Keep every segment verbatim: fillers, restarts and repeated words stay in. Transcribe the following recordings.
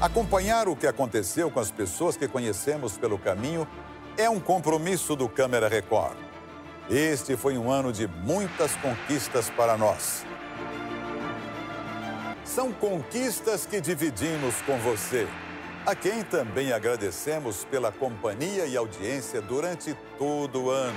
Acompanhar o que aconteceu com as pessoas que conhecemos pelo caminho é um compromisso do Câmara Record. Este foi um ano de muitas conquistas para nós. São conquistas que dividimos com você, a quem também agradecemos pela companhia e audiência durante todo o ano.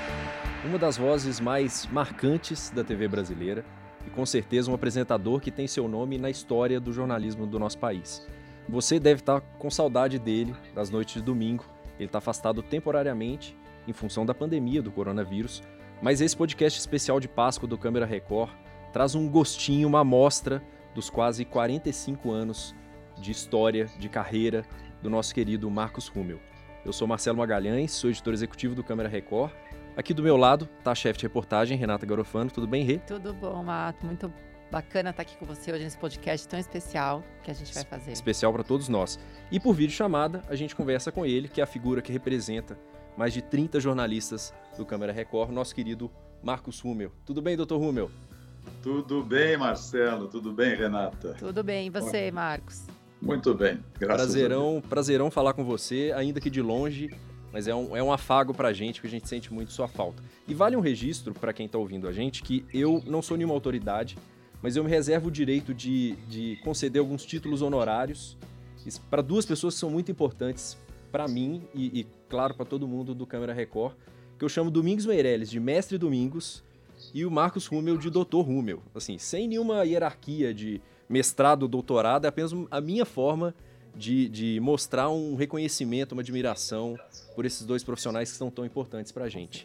Uma das vozes mais marcantes da T V brasileira e com certeza um apresentador que tem seu nome na história do jornalismo do nosso país. Você deve estar com saudade dele, das noites de domingo. Ele está afastado temporariamente em função da pandemia do coronavírus, mas esse podcast especial de Páscoa do Câmara Record traz um gostinho, uma amostra dos quase quarenta e cinco anos de história, de carreira do nosso querido Marcos Rummel. Eu sou Marcelo Magalhães, sou editor executivo do Câmara Record. Aqui do meu lado está a chefe de reportagem, Renata Garofano. Tudo bem, Rê? Tudo bom, Mato. Muito bacana estar aqui com você hoje nesse podcast tão especial que a gente vai fazer. Especial para todos nós. E por videochamada, a gente conversa com ele, que é a figura que representa mais de trinta jornalistas do Câmara Record, nosso querido Marcos Rummel. Tudo bem, doutor Rummel? Tudo bem, Marcelo. Tudo bem, Renata? Tudo bem. E você, Marcos? Muito bem, graças prazerão, a Deus. Prazerão falar com você, ainda que de longe, mas é um, é um afago pra gente, que a gente sente muito sua falta. E vale um registro para quem tá ouvindo a gente, que eu não sou nenhuma autoridade, mas eu me reservo o direito de, de conceder alguns títulos honorários para duas pessoas que são muito importantes para mim e, e claro, para todo mundo do Câmara Record, que eu chamo Domingos Meirelles de Mestre Domingos e o Marcos Rummel de doutor Rummel. Assim, sem nenhuma hierarquia de mestrado, doutorado, é apenas a minha forma de, de mostrar um reconhecimento, uma admiração por esses dois profissionais que são tão importantes para a gente.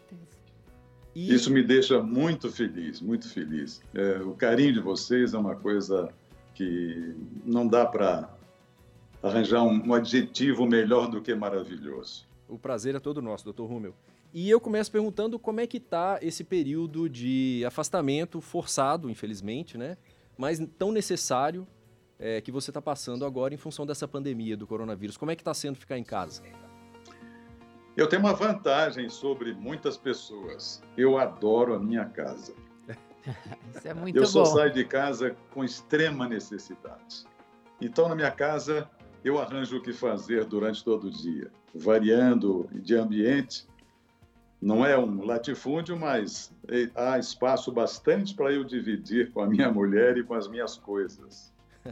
E... Isso me deixa muito feliz, muito feliz. É, o carinho de vocês é uma coisa que não dá para arranjar um, um adjetivo melhor do que maravilhoso. O prazer é todo nosso, doutor Rummel. E eu começo perguntando como é que está esse período de afastamento forçado, infelizmente, né? Mas tão necessário é, que você está passando agora em função dessa pandemia do coronavírus. Como é que está sendo ficar em casa? Eu tenho uma vantagem sobre muitas pessoas. Eu adoro a minha casa. Isso é muito eu bom. Eu só saio de casa com extrema necessidade. Então, na minha casa, eu arranjo o que fazer durante todo o dia, variando de ambiente. Não é um latifúndio, mas há espaço bastante para eu dividir com a minha mulher e com as minhas coisas.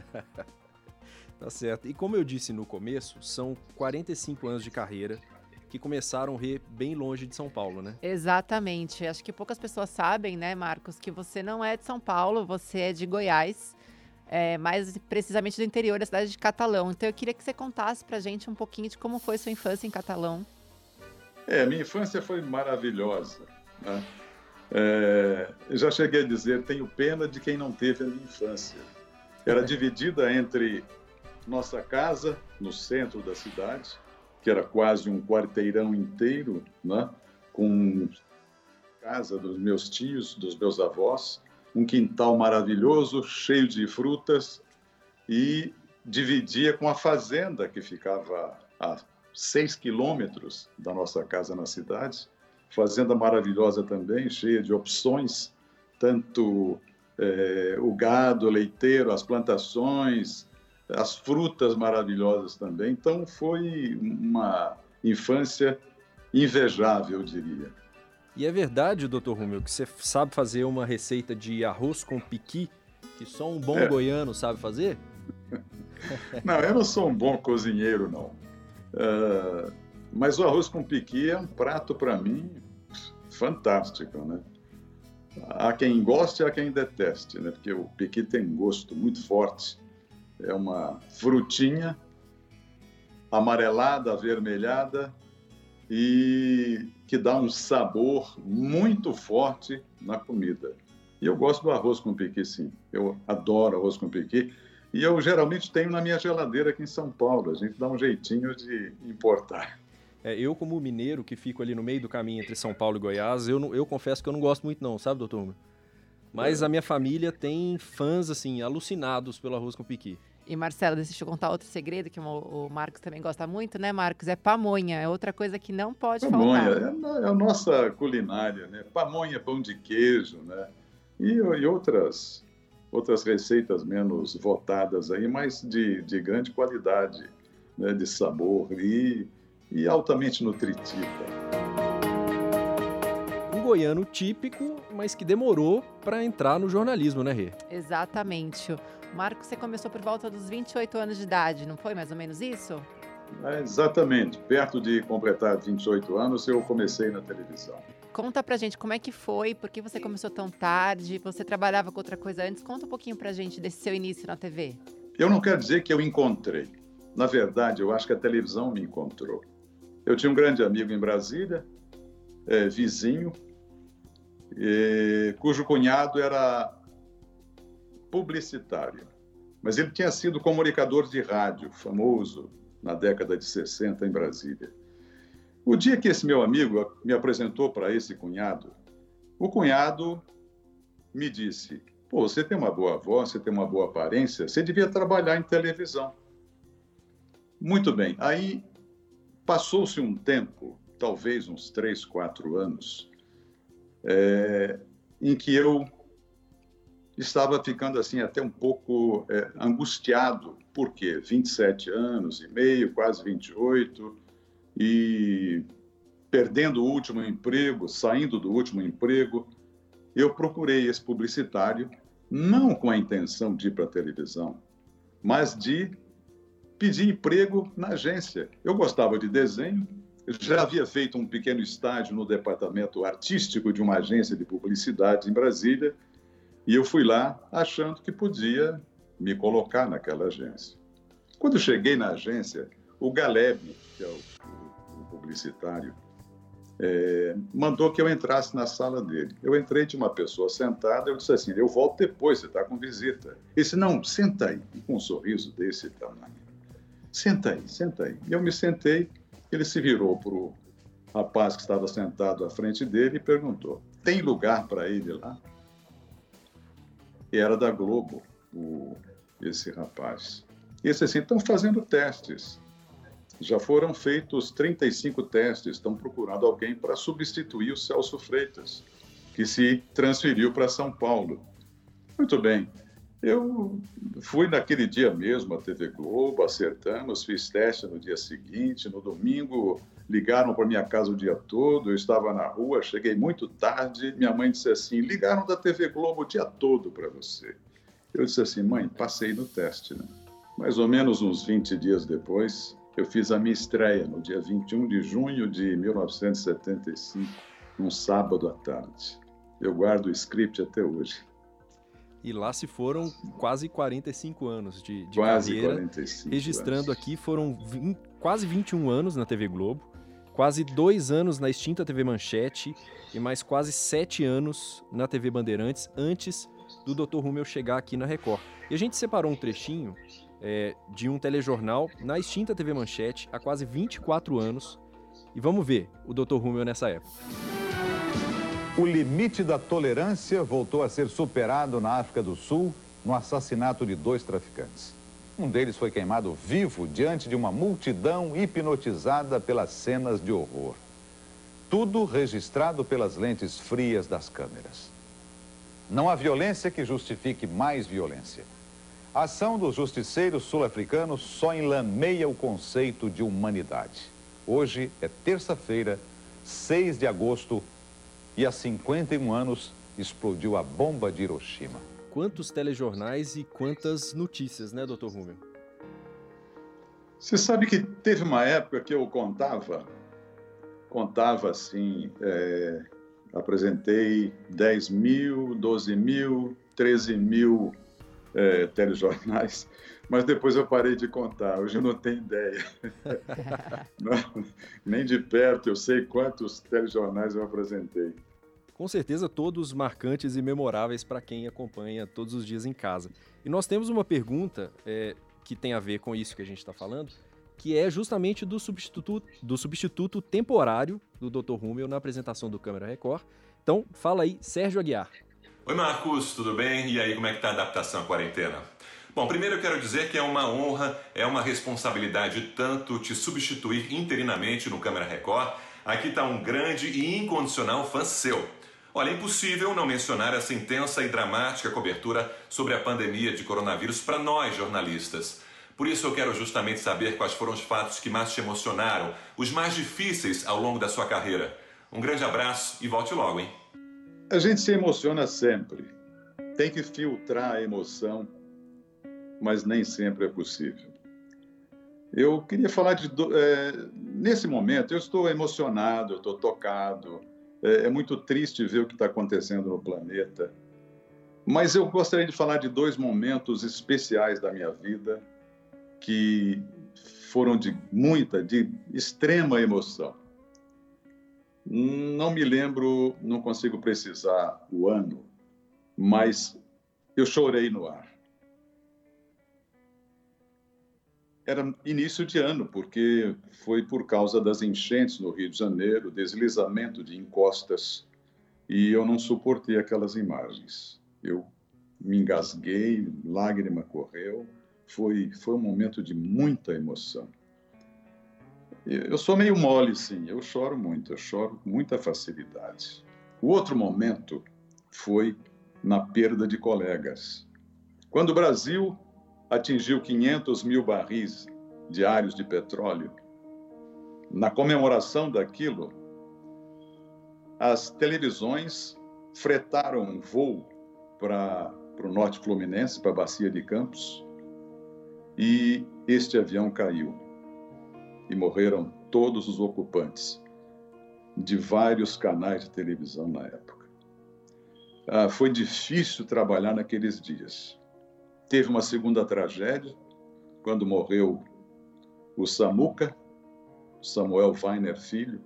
Tá certo. E como eu disse no começo, são quarenta e cinco anos de carreira que começaram bem longe de São Paulo, né? Exatamente. Acho que poucas pessoas sabem, né, Marcos, que você não é de São Paulo, você é de Goiás, é, mais precisamente do interior da cidade de Catalão. Então eu queria que você contasse pra gente um pouquinho de como foi sua infância em Catalão. É, minha infância foi maravilhosa, né? É, eu já cheguei a dizer, tenho pena de quem não teve a minha infância. Era dividida entre nossa casa, no centro da cidade, que era quase um quarteirão inteiro, né? Com a casa dos meus tios, dos meus avós, um quintal maravilhoso, cheio de frutas, e dividia com a fazenda, que ficava a seis quilômetros da nossa casa na cidade, fazenda maravilhosa também, cheia de opções, tanto é, o gado leiteiro, as plantações, as frutas maravilhosas também. Então foi uma infância invejável, eu diria. E é verdade, doutor Rummel, que você sabe fazer uma receita de arroz com piqui que só um bom é. goiano sabe fazer? Não, eu não sou um bom cozinheiro, não. Uh, mas o arroz com piqui é um prato, para mim, fantástico, né? Há quem goste e há quem deteste, né? Porque o piqui tem gosto muito forte. É uma frutinha amarelada, avermelhada e que dá um sabor muito forte na comida. E eu gosto do arroz com piqui, sim. Eu adoro arroz com piqui. E eu geralmente tenho na minha geladeira aqui em São Paulo. A gente dá um jeitinho de importar. É, eu, como mineiro, que fico ali no meio do caminho entre São Paulo e Goiás, eu, não, eu confesso que eu não gosto muito não, sabe, doutor Rummel? Mas é. a minha família tem fãs, assim, alucinados pelo arroz com piqui. E, Marcelo, deixa eu contar outro segredo que o Marcos também gosta muito, né, Marcos? É pamonha, é outra coisa que não pode pamonha, faltar. Pamonha, é, é a nossa culinária, né? Pamonha, pão de queijo, né? E, e outras... outras receitas menos votadas aí, mas de, de grande qualidade, né, de sabor e, e altamente nutritiva. Um goiano típico, mas que demorou para entrar no jornalismo, né, Rê? Exatamente. Marcos, você começou por volta dos vinte e oito anos de idade, não foi mais ou menos isso? É, exatamente. Perto de completar vinte e oito anos, eu comecei na televisão. Conta pra gente como é que foi, por que você começou tão tarde, você trabalhava com outra coisa antes. Conta um pouquinho pra gente desse seu início na T V. Eu não quero dizer que eu encontrei. Na verdade, eu acho que a televisão me encontrou. Eu tinha um grande amigo em Brasília, é, vizinho, e, cujo cunhado era publicitário. Mas ele tinha sido comunicador de rádio, famoso na década de sessenta em Brasília. O dia que esse meu amigo me apresentou para esse cunhado, o cunhado me disse: pô, você tem uma boa voz, você tem uma boa aparência, você devia trabalhar em televisão. Muito bem. Aí passou-se um tempo, talvez uns três, quatro anos, é, em que eu estava ficando assim até um pouco é, angustiado. Por quê? vinte e sete anos e meio, quase vinte e oito, e perdendo o último emprego, saindo do último emprego, eu procurei esse publicitário, não com a intenção de ir para a televisão, mas de pedir emprego na agência. Eu gostava de desenho, já havia feito um pequeno estágio no departamento artístico de uma agência de publicidade em Brasília, e eu fui lá achando que podia me colocar naquela agência. Quando cheguei na agência, o Galeb, que é o, o, o publicitário, é, mandou que eu entrasse na sala dele. Eu entrei, tinha uma pessoa sentada, eu disse assim: eu volto depois, você está com visita. Ele disse: não, senta aí, e com um sorriso desse tamanho. Senta aí, senta aí. E eu me sentei, ele se virou para o rapaz que estava sentado à frente dele e perguntou: tem lugar para ele lá? E era da Globo, o, esse rapaz. E disse assim: estão fazendo testes. Já foram feitos trinta e cinco testes, estão procurando alguém para substituir o Celso Freitas, que se transferiu para São Paulo. Muito bem. Eu fui naquele dia mesmo à T V Globo, acertamos, fiz teste no dia seguinte. No domingo, ligaram para minha casa o dia todo, eu estava na rua, cheguei muito tarde. Minha mãe disse assim: ligaram da T V Globo o dia todo para você. Eu disse assim: mãe, passei no teste, né? Mais ou menos uns vinte dias depois, eu fiz a minha estreia no dia vinte e um de junho de mil novecentos e setenta e cinco, num sábado à tarde. Eu guardo o script até hoje. E lá se foram quase quarenta e cinco anos de, de quase carreira. quarenta e cinco registrando anos. Aqui, foram vinte, quase vinte e um anos na T V Globo, quase dois anos na extinta T V Manchete e mais quase sete anos na T V Bandeirantes, antes do doutor Rúmel chegar aqui na Record. E a gente separou um trechinho é, de um telejornal na extinta T V Manchete há quase vinte e quatro anos. E vamos ver o doutor Rúmel nessa época. O limite da tolerância voltou a ser superado na África do Sul no assassinato de dois traficantes. Um deles foi queimado vivo diante de uma multidão hipnotizada pelas cenas de horror. Tudo registrado pelas lentes frias das câmeras. Não há violência que justifique mais violência. A ação dos justiceiros sul-africanos só enlameia o conceito de humanidade. Hoje é terça-feira, seis de agosto, e há cinquenta e um anos explodiu a bomba de Hiroshima. Quantos telejornais e quantas notícias, né, doutor Rúmel? Você sabe que teve uma época que eu contava, contava assim, é, apresentei dez mil, doze mil, treze mil é, telejornais, mas depois eu parei de contar, hoje eu não tenho ideia. Não, nem de perto eu sei quantos telejornais eu apresentei. Com certeza todos marcantes e memoráveis para quem acompanha todos os dias em casa. E nós temos uma pergunta é, que tem a ver com isso que a gente está falando, que é justamente do substituto, do substituto temporário do doutor Rúmel na apresentação do Câmara Record. Então, fala aí, Sérgio Aguiar. Oi, Marcos, tudo bem? E aí, como é que está a adaptação à quarentena? Bom, primeiro eu quero dizer que é uma honra, é uma responsabilidade tanto te substituir interinamente no Câmara Record. Aqui está um grande e incondicional fã seu. Olha, é impossível não mencionar essa intensa e dramática cobertura sobre a pandemia de coronavírus para nós, jornalistas. Por isso eu quero justamente saber quais foram os fatos que mais te emocionaram, os mais difíceis ao longo da sua carreira. Um grande abraço e volte logo, hein? A gente se emociona sempre. Tem que filtrar a emoção, mas nem sempre é possível. Eu queria falar de... É, nesse momento, eu estou emocionado, eu estou tocado. É, é muito triste ver o que está acontecendo no planeta. Mas eu gostaria de falar de dois momentos especiais da minha vida que foram de muita, de extrema emoção. Não me lembro, não consigo precisar o ano, mas eu chorei no ar. Era início de ano, porque foi por causa das enchentes no Rio de Janeiro, deslizamento de encostas, e eu não suportei aquelas imagens. Eu me engasguei, lágrima correu, foi, foi um momento de muita emoção. Eu sou meio mole, sim, eu choro muito, eu choro com muita facilidade. O outro momento foi na perda de colegas. Quando o Brasil atingiu quinhentos mil barris diários de petróleo, na comemoração daquilo, as televisões fretaram um voo para o norte fluminense, para a Bacia de Campos, e este avião caiu. E morreram todos os ocupantes de vários canais de televisão na época. Ah, foi difícil trabalhar naqueles dias. Teve uma segunda tragédia, quando morreu o Samuca, Samuel Weiner Filho,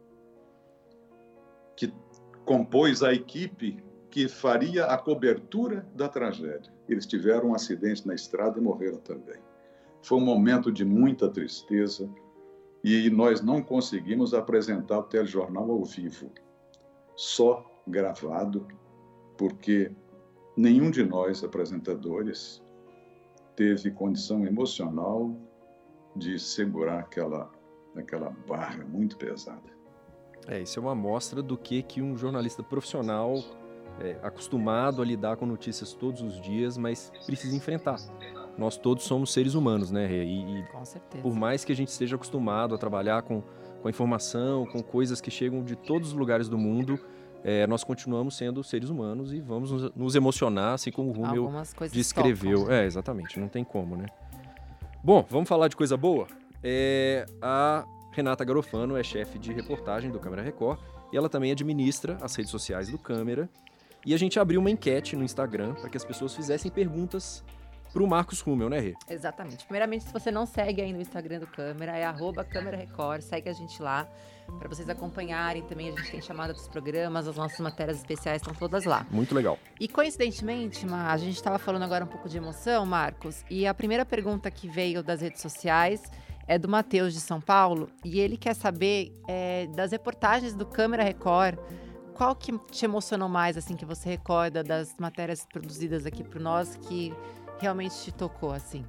que compôs a equipe que faria a cobertura da tragédia. Eles tiveram um acidente na estrada e morreram também. Foi um momento de muita tristeza, e nós não conseguimos apresentar o telejornal ao vivo, só gravado, porque nenhum de nós, apresentadores, teve condição emocional de segurar aquela, aquela barra muito pesada. É, isso é uma amostra do que, que um jornalista profissional, é, acostumado a lidar com notícias todos os dias, mas precisa enfrentar. Nós todos somos seres humanos, né, Rê? E, e com certeza. Por mais que a gente esteja acostumado a trabalhar com, com a informação, com coisas que chegam de todos os lugares do mundo, é, nós continuamos sendo seres humanos e vamos nos, nos emocionar, assim como o Rúmel descreveu. Tocam, né? É, exatamente, não tem como, né? Bom, vamos falar de coisa boa? É, a Renata Garofano é chefe de reportagem do Câmera Record e ela também administra as redes sociais do Câmera. E a gente abriu uma enquete no Instagram para que as pessoas fizessem perguntas pro Marcos Rúmel, né, Rê? Exatamente. Primeiramente, se você não segue aí no Instagram do Câmera, é arroba Câmera Record, segue a gente lá, para vocês acompanharem também. A gente tem chamada dos programas, as nossas matérias especiais estão todas lá. Muito legal. E coincidentemente, a gente estava falando agora um pouco de emoção, Marcos, e a primeira pergunta que veio das redes sociais é do Matheus de São Paulo, e ele quer saber é, das reportagens do Câmera Record, qual que te emocionou mais, assim, que você recorda das matérias produzidas aqui por nós, que realmente te tocou, assim?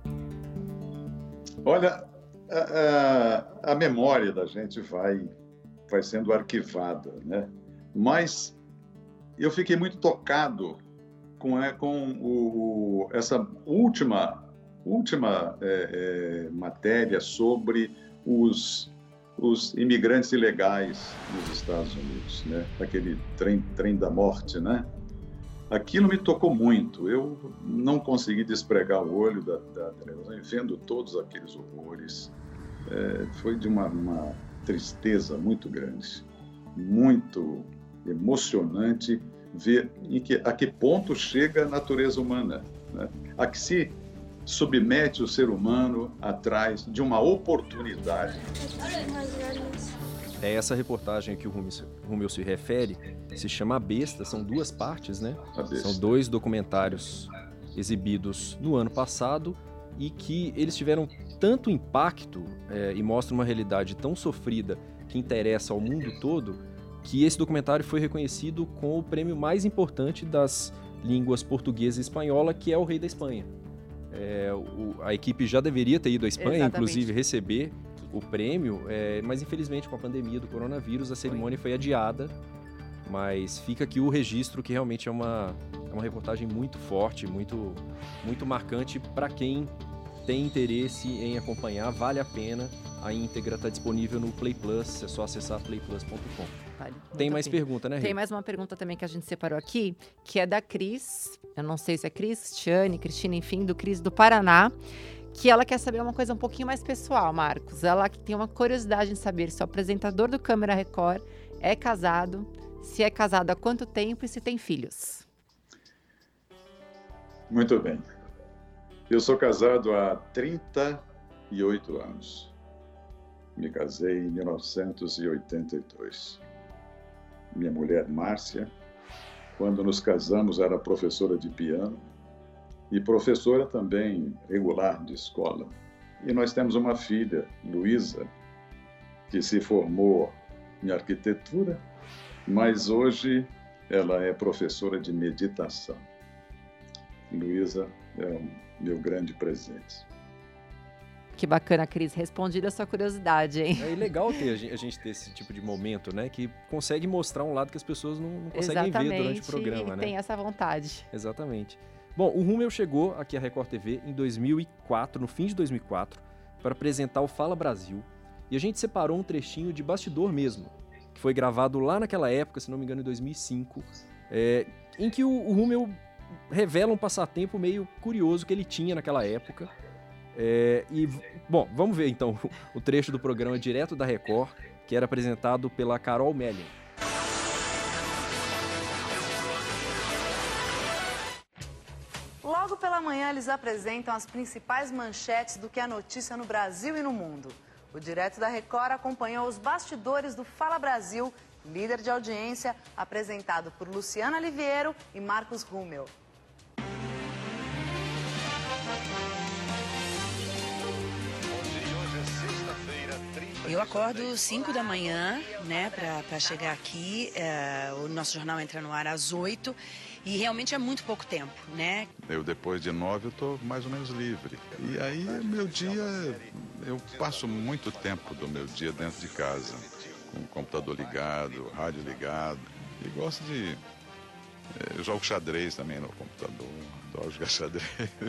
Olha, a, a, a memória da gente vai, vai sendo arquivada, né? Mas eu fiquei muito tocado com, é, com o, essa última, última é, é, matéria sobre os, os imigrantes ilegais nos Estados Unidos, né? Aquele trem, trem da morte, né? Aquilo me tocou muito. Eu não consegui despregar o olho da, da televisão, vendo todos aqueles horrores. É, foi de uma, uma tristeza muito grande, muito emocionante ver em que, a que ponto chega a natureza humana, né? A que se submete o ser humano atrás de uma oportunidade. É essa reportagem que o Rúmel se refere, se chama A Besta, são duas partes, né? São dois documentários exibidos no ano passado e que eles tiveram tanto impacto é, e mostram uma realidade tão sofrida que interessa ao mundo todo, que esse documentário foi reconhecido com o prêmio mais importante das línguas portuguesa e espanhola, que é o Rei da Espanha. É, o, a equipe já deveria ter ido à Espanha, Exatamente. inclusive receber o prêmio, é, mas infelizmente com a pandemia do coronavírus a cerimônia foi adiada Mas fica aqui o registro que realmente é uma, é uma reportagem muito forte, muito, muito marcante para quem tem interesse em acompanhar, vale a pena. A íntegra está disponível no Play Plus, é só acessar play plus ponto com. Vale Tem muito mais a pena. pergunta, né, Rê? Tem mais uma pergunta também que a gente separou aqui, que é da Cris. Eu não sei se é Cris, Cristiane, Cristina, enfim, do Cris do Paraná. Que ela quer saber uma coisa um pouquinho mais pessoal, Marcos. Ela tem uma curiosidade em saber se o apresentador do Câmera Record é casado, se é casado há quanto tempo e se tem filhos. Muito bem. Eu sou casado há trinta e oito anos. Me casei em mil novecentos e oitenta e dois. Minha mulher, Márcia, quando nos casamos, era professora de piano e professora também regular de escola. E nós temos uma filha, Luísa, que se formou em arquitetura, mas hoje ela é professora de meditação. Luísa é o meu grande presente. Que bacana, Cris. Respondida a sua curiosidade, hein? É legal ter, a gente ter esse tipo de momento, né? Que consegue mostrar um lado que as pessoas não, não conseguem Exatamente, ver durante o programa, e né? tem essa vontade. Exatamente. Bom, o Rummel chegou aqui à Record T V em dois mil e quatro, no fim de dois mil e quatro, para apresentar o Fala Brasil. E a gente separou um trechinho de bastidor mesmo, que foi gravado lá naquela época, se não me engano, em dois mil e cinco, é, em que o, o Rummel revela um passatempo meio curioso que ele tinha naquela época. É, e, bom, vamos ver então o trecho do programa direto da Record, que era apresentado pela Carol Mellen. Logo pela manhã, eles apresentam as principais manchetes do que é notícia no Brasil e no mundo. O Direto da Record acompanhou os bastidores do Fala Brasil, líder de audiência, apresentado por Luciana Liviero e Marcos Rummel. Eu acordo cinco da manhã, né, para chegar aqui. É, o nosso jornal entra no ar às oito e realmente é muito pouco tempo, né? Eu, depois de nove, eu estou mais ou menos livre. E aí, meu dia, eu passo muito tempo do meu dia dentro de casa, com o computador ligado, rádio ligado. E gosto de... Eu jogo xadrez também no computador, adoro jogar xadrez.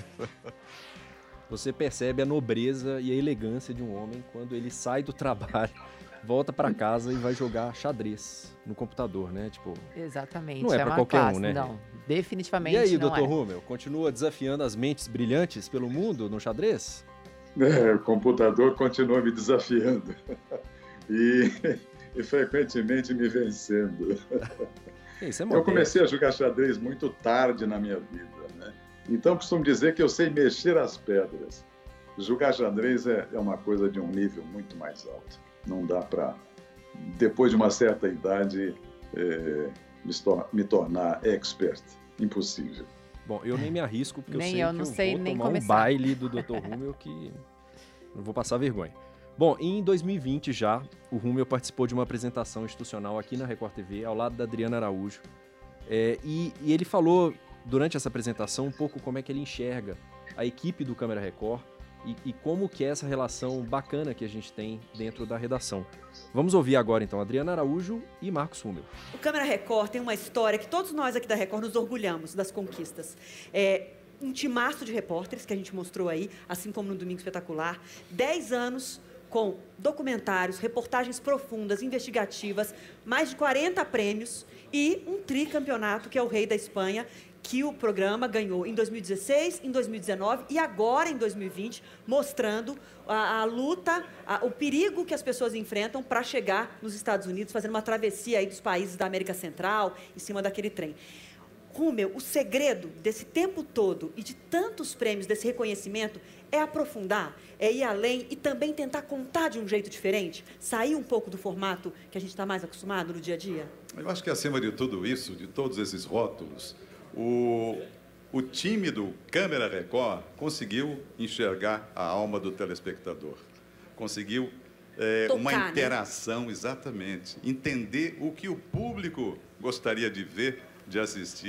Você percebe a nobreza e a elegância de um homem quando ele sai do trabalho, volta para casa e vai jogar xadrez no computador, né? Tipo, exatamente. não é, é para uma qualquer classe, um, né? Não, definitivamente não é. E aí, não doutor é. Rummel, continua desafiando as mentes brilhantes pelo mundo no xadrez? É, o computador continua me desafiando e, e frequentemente me vencendo. Isso é Eu comecei a jogar xadrez muito tarde na minha vida, né? Então, costumo dizer que eu sei mexer as pedras. Jogar xadrez é, é uma coisa de um nível muito mais alto. Não dá para, depois de uma certa idade, é, me, tor- me tornar expert. Impossível. Bom, eu nem me arrisco, porque Nem eu sei eu que não eu sei vou nem tomar começar. um baile do doutor Rummel que não vou passar vergonha. Bom, em dois mil e vinte já, o Rummel participou de uma apresentação institucional aqui na Record T V, ao lado da Adriana Araújo. É, e, e ele falou, durante essa apresentação, um pouco como é que ele enxerga a equipe do Câmera Record e, e como que é essa relação bacana que a gente tem dentro da redação. Vamos ouvir agora, então, Adriana Araújo e Marcos Rummel. O Câmera Record tem uma história que todos nós aqui da Record nos orgulhamos das conquistas. É um timaço de repórteres que a gente mostrou aí, assim como no Domingo Espetacular. Dez anos com documentários, reportagens profundas, investigativas, mais de quarenta prêmios e um tricampeonato, que é o Rei da Espanha, que o programa ganhou em dois mil e dezesseis, em dois mil e dezenove e agora em dois mil e vinte, mostrando a, a luta, a, o perigo que as pessoas enfrentam para chegar nos Estados Unidos, fazendo uma travessia aí dos países da América Central, em cima daquele trem. Rummel, o segredo desse tempo todo e de tantos prêmios, desse reconhecimento, é aprofundar, é ir além e também tentar contar de um jeito diferente, sair um pouco do formato que a gente está mais acostumado no dia a dia? Eu acho que, acima de tudo isso, de todos esses rótulos, o, o time do Câmera Record conseguiu enxergar a alma do telespectador. Conseguiu é, Tocar, uma interação, né? Exatamente. Entender o que o público gostaria de ver, de assistir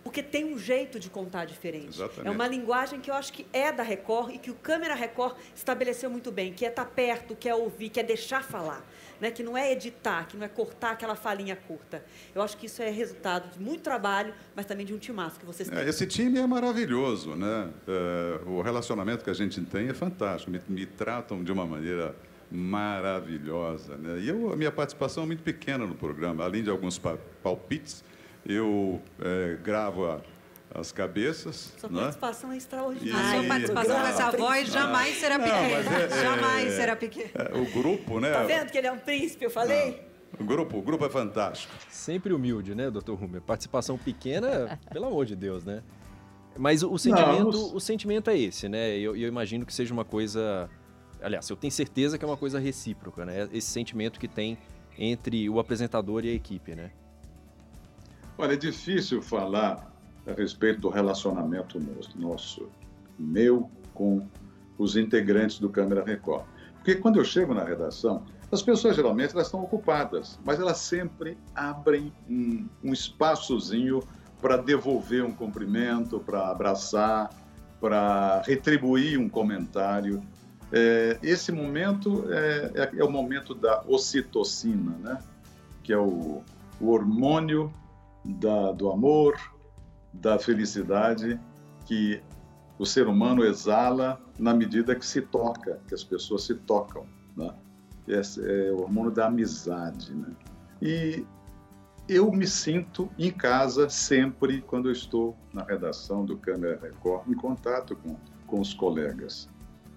porque tem um jeito de contar diferente. Exatamente. É uma linguagem que eu acho que é da Record e que o Câmera Record estabeleceu muito bem, que é estar perto, que é ouvir, que é deixar falar, né? Que não é editar, que não é cortar aquela falinha curta. Eu acho que isso é resultado de muito trabalho, mas também de um timaço que vocês têm. É, esse time é maravilhoso, né? É, o relacionamento que a gente tem é fantástico, me, me tratam de uma maneira maravilhosa, né? E eu, a minha participação é muito pequena no programa, além de alguns pa palpites, eu é, gravo a, as cabeças. Sua né? participação é extraordinária. A sua participação com essa voz jamais será pequena. é, jamais é, será pequena. É, o grupo, né? Tá vendo que ele é um príncipe, eu falei? O grupo, o grupo é fantástico. Sempre humilde, né, doutor Rumer? Participação pequena, pelo amor de Deus, né? Mas o, o sentimento, Não, o sentimento é esse, né? E eu, eu imagino que seja uma coisa... Aliás, eu tenho certeza que é uma coisa recíproca, né? Esse sentimento que tem entre o apresentador e a equipe, né? Olha, é difícil falar a respeito do relacionamento nosso, meu, com os integrantes do Câmera Record. Porque quando eu chego na redação, as pessoas geralmente elas estão ocupadas, mas elas sempre abrem um, um espaçozinho para devolver um cumprimento, para abraçar, para retribuir um comentário. É, esse momento é, é, é o momento da ocitocina, né? Que é o, o hormônio da, do amor, da felicidade que o ser humano exala na medida que se toca, que as pessoas se tocam, né? Esse é o hormônio da amizade, né? E eu me sinto em casa sempre quando eu estou na redação do Câmera Record, em contato com, com os colegas.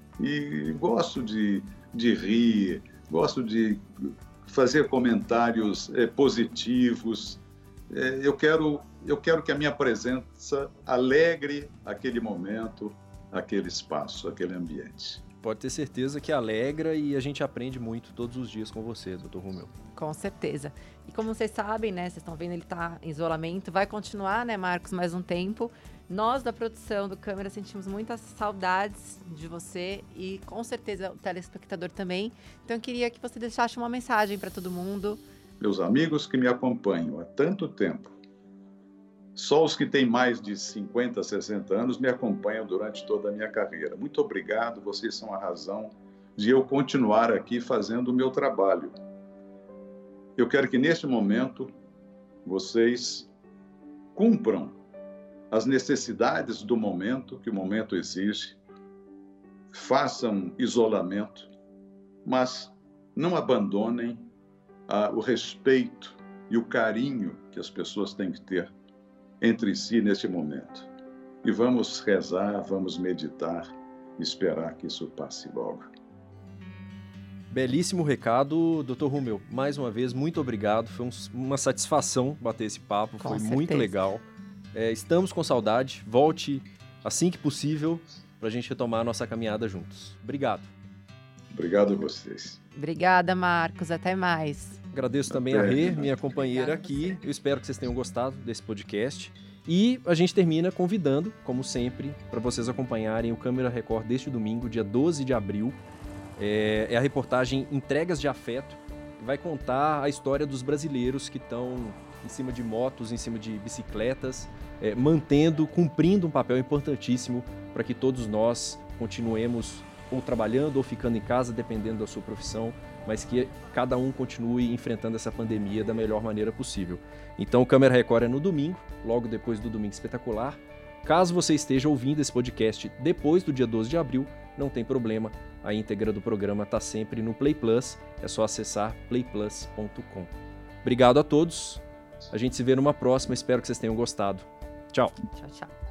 E gosto de, de rir, gosto de fazer comentários é, positivos. É, eu, quero, eu quero que a minha presença alegre aquele momento, aquele espaço, aquele ambiente. Pode ter certeza que alegra e a gente aprende muito todos os dias com você, doutor Rumel. Com certeza. E como vocês sabem, né, vocês estão vendo, ele está em isolamento, vai continuar, né, Marcos, mais um tempo. Nós, da produção do Câmera, sentimos muitas saudades de você e, com certeza, o telespectador também. Então, eu queria que você deixasse uma mensagem para todo mundo. Meus amigos que me acompanham há tanto tempo, só os que têm mais de cinquenta, sessenta anos me acompanham durante toda a minha carreira. Muito obrigado, vocês são a razão de eu continuar aqui fazendo o meu trabalho. Eu quero que, neste momento, vocês cumpram as necessidades do momento, que o momento exige, façam isolamento, mas não abandonem ah, o respeito e o carinho que as pessoas têm que ter entre si neste momento. E vamos rezar, vamos meditar e esperar que isso passe logo. Belíssimo recado, doutor Rumel. Mais uma vez, muito obrigado. Foi um, uma satisfação bater esse papo, Com foi certeza. muito legal. É, estamos com saudade. Volte assim que possível para a gente retomar a nossa caminhada juntos. Obrigado. Obrigado a vocês. Obrigada, Marcos. Até mais. Agradeço também a Rê, minha companheira aqui. Eu espero que vocês tenham gostado desse podcast. E a gente termina convidando, como sempre, para vocês acompanharem o Câmera Record deste domingo, dia doze de abril. É, é a reportagem Entregas de Afeto, que vai contar a história dos brasileiros que estão em cima de motos, em cima de bicicletas, é, mantendo, cumprindo um papel importantíssimo para que todos nós continuemos ou trabalhando ou ficando em casa, dependendo da sua profissão, mas que cada um continue enfrentando essa pandemia da melhor maneira possível. Então o Câmera Record é no domingo, logo depois do Domingo Espetacular. Caso você esteja ouvindo esse podcast depois do dia doze de abril, não tem problema, a íntegra do programa está sempre no Play Plus, é só acessar play plus ponto com. Obrigado a todos, a gente se vê numa próxima, espero que vocês tenham gostado. Tchau. Tchau, tchau.